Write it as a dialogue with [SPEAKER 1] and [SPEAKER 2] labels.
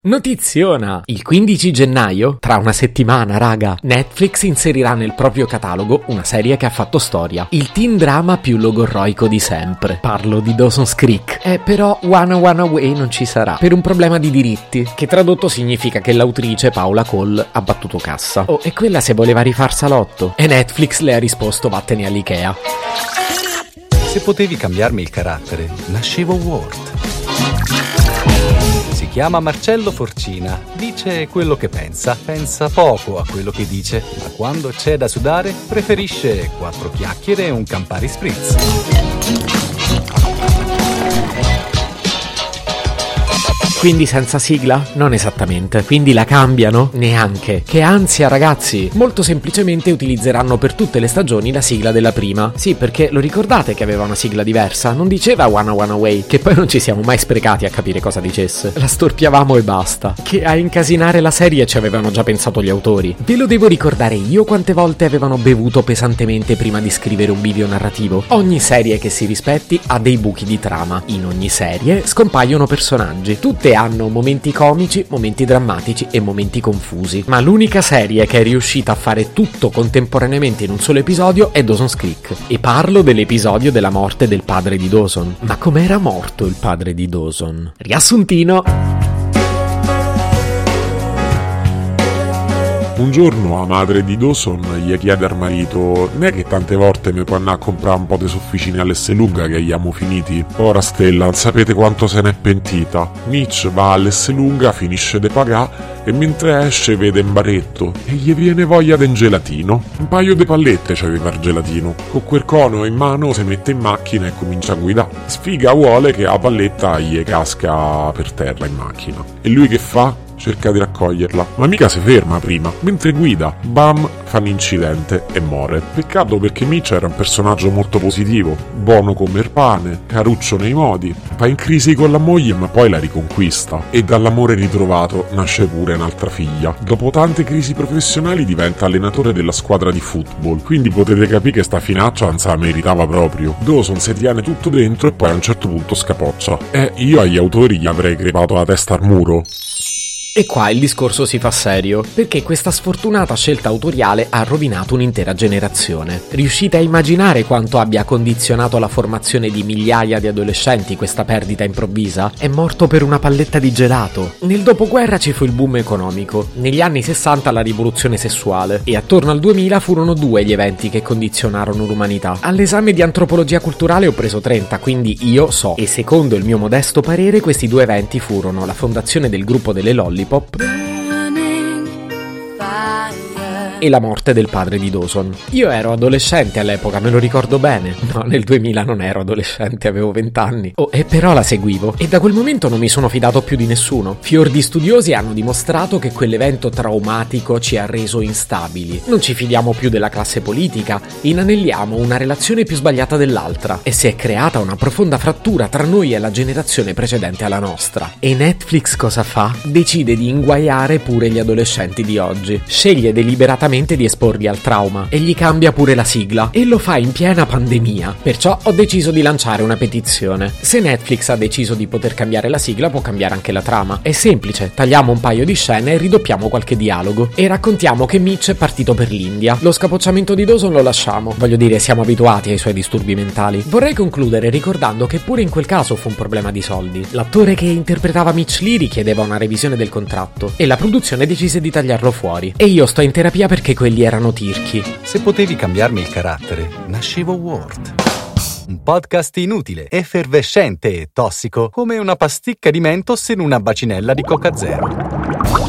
[SPEAKER 1] Notiziona! Il 15 gennaio, tra una settimana raga, Netflix inserirà nel proprio catalogo una serie che ha fatto storia. Il teen drama più logorroico di sempre. Parlo di Dawson's Creek. Però Wanna Away non ci sarà, per un problema di diritti, che tradotto significa che l'autrice Paula Cole ha battuto cassa. Oh, e quella se voleva rifar salotto. E Netflix le ha risposto vattene all'Ikea.
[SPEAKER 2] Se potevi cambiarmi il carattere, nascevo Ward. Si chiama Marcello Forcina, dice quello che pensa poco a quello che dice, ma quando c'è da sudare preferisce 4 chiacchiere e un Campari Spritz.
[SPEAKER 1] Quindi senza sigla? Non esattamente. Quindi la cambiano? Neanche. Che ansia ragazzi! Molto semplicemente utilizzeranno per tutte le stagioni la sigla della prima. Sì, perché lo ricordate che aveva una sigla diversa? Non diceva Wanna Away, che poi non ci siamo mai sprecati a capire cosa dicesse. La storpiavamo e basta. Che a incasinare la serie ci avevano già pensato gli autori. Ve lo devo ricordare io quante volte avevano bevuto pesantemente prima di scrivere un bivio narrativo? Ogni serie che si rispetti ha dei buchi di trama. In ogni serie scompaiono personaggi. Tutte hanno momenti comici, momenti drammatici e momenti confusi. Ma l'unica serie che è riuscita a fare tutto contemporaneamente in un solo episodio è Dawson's Creek. E parlo dell'episodio della morte del padre di Dawson. Ma com'era morto il padre di Dawson? Riassuntino.
[SPEAKER 3] Un giorno la madre di Dawson gli chiede al marito: "Ne è che tante volte mi può andare a comprare un po' di sofficini all'Esselunga che abbiamo finiti?" Ora Stella, non sapete quanto se n'è pentita. Mitch va all'Esselunga, finisce di pagare e mentre esce vede un baretto e gli viene voglia d'un gelatino. Un paio di pallette c'aveva il gelatino. Con quel cono in mano si mette in macchina e comincia a guidare. Sfiga vuole che la palletta gli casca per terra in macchina. E lui che fa? Cerca di raccoglierla, ma mica si ferma prima. Mentre guida, bam, fa un incidente e muore. Peccato perché Mitch era un personaggio molto positivo, buono come il pane, caruccio nei modi, va in crisi con la moglie ma poi la riconquista e dall'amore ritrovato nasce pure un'altra figlia. Dopo tante crisi professionali diventa allenatore della squadra di football, quindi potete capire che sta finaccia non se la meritava proprio. Dawson si tiene tutto dentro e poi a un certo punto scapoccia. Io agli autori gli avrei crepato la testa al muro.
[SPEAKER 1] E qua il discorso si fa serio, perché questa sfortunata scelta autoriale ha rovinato un'intera generazione. Riuscite a immaginare quanto abbia condizionato la formazione di migliaia di adolescenti questa perdita improvvisa? È morto per una palletta di gelato. Nel dopoguerra ci fu il boom economico, negli anni 60 la rivoluzione sessuale, e attorno al 2000 furono 2 gli eventi che condizionarono l'umanità. All'esame di antropologia culturale ho preso 30, quindi io so, e secondo il mio modesto parere questi 2 eventi furono la fondazione del gruppo delle Lollipop e la morte del padre di Dawson. Io ero adolescente all'epoca, me lo ricordo bene. No, nel 2000 non ero adolescente, avevo 20 anni. E però la seguivo. E da quel momento non mi sono fidato più di nessuno. Fior di studiosi hanno dimostrato che quell'evento traumatico ci ha reso instabili. Non ci fidiamo più della classe politica, inanelliamo una relazione più sbagliata dell'altra. E si è creata una profonda frattura tra noi e la generazione precedente alla nostra. E Netflix cosa fa? Decide di inguaiare pure gli adolescenti di oggi. Sceglie deliberatamente di esporli al trauma e gli cambia pure la sigla e lo fa in piena pandemia. Perciò ho deciso di lanciare una petizione. Se Netflix ha deciso di poter cambiare la sigla, può cambiare anche la trama. È semplice, tagliamo un paio di scene e ridoppiamo qualche dialogo e raccontiamo che Mitch è partito per l'India. Lo scapocciamento di Dawson lo lasciamo, voglio dire, siamo abituati ai suoi disturbi mentali. Vorrei concludere ricordando che pure in quel caso fu un problema di soldi. L'attore che interpretava Mitch Lee richiedeva una revisione del contratto e la produzione decise di tagliarlo fuori. E io sto in terapia perché quelli erano tirchi.
[SPEAKER 2] Se potevi cambiarmi il carattere, nascevo Ward. Un podcast inutile, effervescente e tossico, come una pasticca di Mentos in una bacinella di Coca Zero.